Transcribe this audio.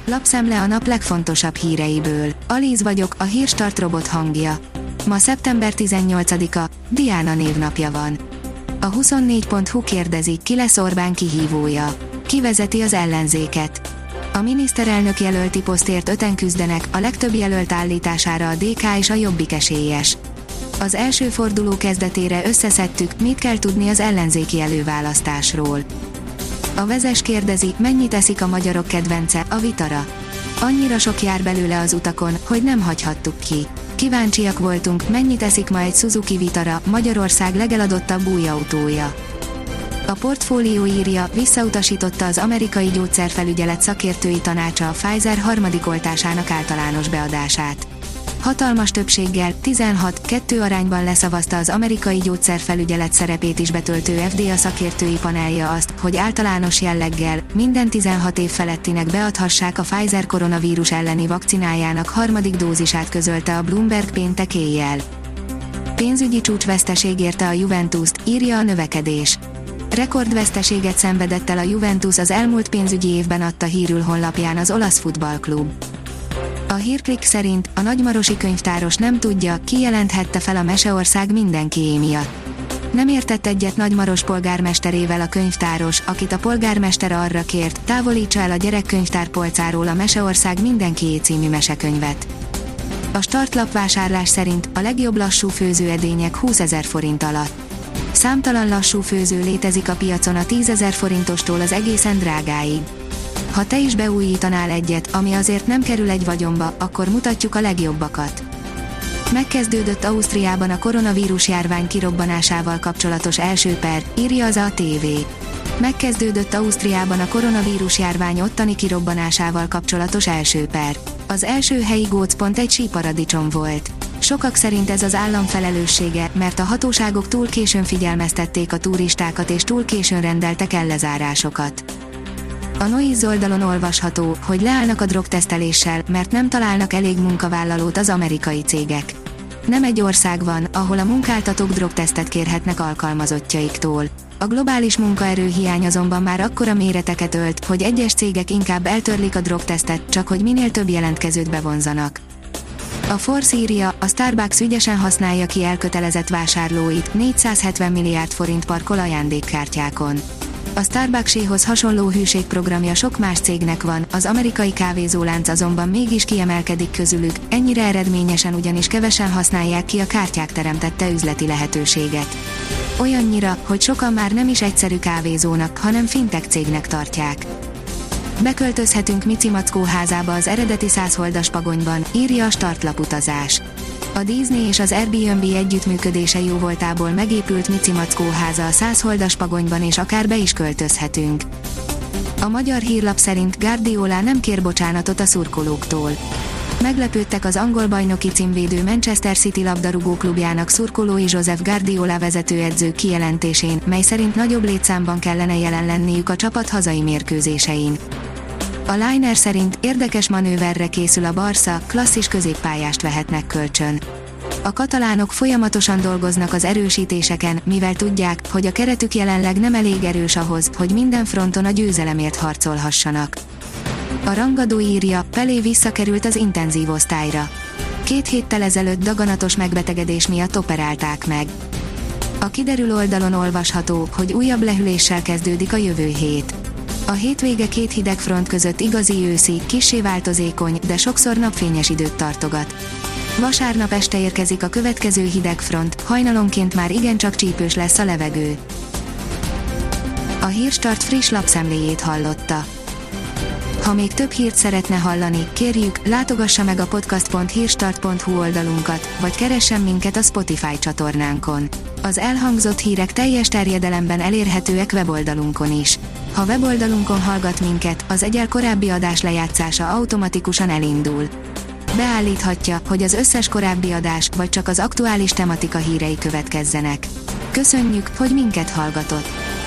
Lapszemle a nap legfontosabb híreiből. Alíz vagyok, a Hírstart robot hangja. Ma szeptember 18-a, Diana névnapja van. A 24.hu kérdezi, ki lesz Orbán kihívója. Ki vezeti az ellenzéket? A miniszterelnök jelölti posztért 5-en küzdenek, a legtöbb jelölt állítására a DK és a Jobbik esélyes. Az első forduló kezdetére összeszedtük, mit kell tudni az ellenzéki előválasztásról. A Vezes kérdezi, mennyit eszik a magyarok kedvence, a Vitara. Annyira sok jár belőle az utakon, hogy nem hagyhattuk ki. Kíváncsiak voltunk, mennyit eszik ma egy Suzuki Vitara, Magyarország legeladottabb új autója. A Portfólió írja, visszautasította az amerikai gyógyszerfelügyelet szakértői tanácsa a Pfizer harmadik oltásának általános beadását. Hatalmas többséggel, 16-2 arányban leszavazta az amerikai gyógyszerfelügyelet szerepét is betöltő FDA szakértői panelja azt, hogy általános jelleggel minden 16 év felettinek beadhassák a Pfizer koronavírus elleni vakcinájának harmadik dózisát, közölte a Bloomberg péntek éjjel. Pénzügyi csúcsveszteség érte a Juventust, írja a Növekedés. Rekordveszteséget szenvedett el a Juventus az elmúlt pénzügyi évben, adta hírül honlapján az olasz futballklub. A Hírklik szerint a nagymarosi könyvtáros nem tudja, ki jelenthette fel a Meseország mindenkié miatt. Nem értett egyet Nagymaros polgármesterével a könyvtáros, akit a polgármester arra kért, távolítsa el a gyerekkönyvtár polcáról a Meseország mindenkié című mesekönyvet. A startlap vásárlás szerint a legjobb lassú főzőedények 20 000 forint alatt. Számtalan lassú főző létezik a piacon a 10 000 forintostól az egészen drágáig. Ha te is beújítanál egyet, ami azért nem kerül egy vagyonba, akkor mutatjuk a legjobbakat. Megkezdődött Ausztriában a koronavírus járvány kirobbanásával kapcsolatos első per, írja az ATV. Megkezdődött Ausztriában a koronavírus járvány ottani kirobbanásával kapcsolatos első per. Az első helyi gócpont egy síparadicsom volt. Sokak szerint ez az állam felelőssége, mert a hatóságok túl későn figyelmeztették a turistákat és túl későn rendeltek el lezárásokat. A Noiz oldalon olvasható, hogy leállnak a drogteszteléssel, mert nem találnak elég munkavállalót az amerikai cégek. Nem egy ország van, ahol a munkáltatók drogtesztet kérhetnek alkalmazottjaiktól. A globális munkaerőhiány azonban már akkora méreteket ölt, hogy egyes cégek inkább eltörlik a drogtesztet, csak hogy minél több jelentkezőt bevonzanak. A Force írja, a Starbucks ügyesen használja ki elkötelezett vásárlóit, 470 milliárd forint parkol ajándékkártyákon. A Starbuckséhoz hasonló hűségprogramja sok más cégnek van, az amerikai kávézólánc azonban mégis kiemelkedik közülük, ennyire eredményesen ugyanis kevesen használják ki a kártyák teremtette üzleti lehetőséget. Olyannyira, hogy sokan már nem is egyszerű kávézónak, hanem fintech cégnek tartják. Beköltözhetünk Mici Mackó házába az eredeti 100 holdas Pagonyban, írja a Startlaputazás. A Disney és az Airbnb együttműködése jóvoltából megépült Mici Mackó háza a 100 holdas Pagonyban, és akár be is költözhetünk. A Magyar Hírlap szerint Guardiola nem kér bocsánatot a szurkolóktól. Meglepődtek az angol bajnoki címvédő Manchester City labdarúgóklubjának szurkolói Josep Guardiola vezetőedző kijelentésén, mely szerint nagyobb létszámban kellene jelen lenniük a csapat hazai mérkőzésein. A Liner szerint érdekes manőverre készül a Barca, klasszis középpályást vehetnek kölcsön. A katalánok folyamatosan dolgoznak az erősítéseken, mivel tudják, hogy a keretük jelenleg nem elég erős ahhoz, hogy minden fronton a győzelemért harcolhassanak. A rangadó írja, Pelé visszakerült az intenzív osztályra. 2 héttel ezelőtt daganatos megbetegedés miatt operálták meg. A Kiderül oldalon olvasható, hogy újabb lehűléssel kezdődik a jövő hét. A hétvége 2 hideg front között igazi őszi, kissé változékony, de sokszor napfényes időt tartogat. Vasárnap este érkezik a következő hideg front, hajnalonként már igencsak csípős lesz a levegő. A Hírstart friss lapszemléjét hallotta. Ha még több hírt szeretne hallani, kérjük, látogassa meg a podcast.hírstart.hu oldalunkat, vagy keressen minket a Spotify csatornánkon. Az elhangzott hírek teljes terjedelemben elérhetőek weboldalunkon is. Ha weboldalunkon hallgat minket, az egyel korábbi adás lejátszása automatikusan elindul. Beállíthatja, hogy az összes korábbi adás, vagy csak az aktuális tematika hírei következzenek. Köszönjük, hogy minket hallgatott!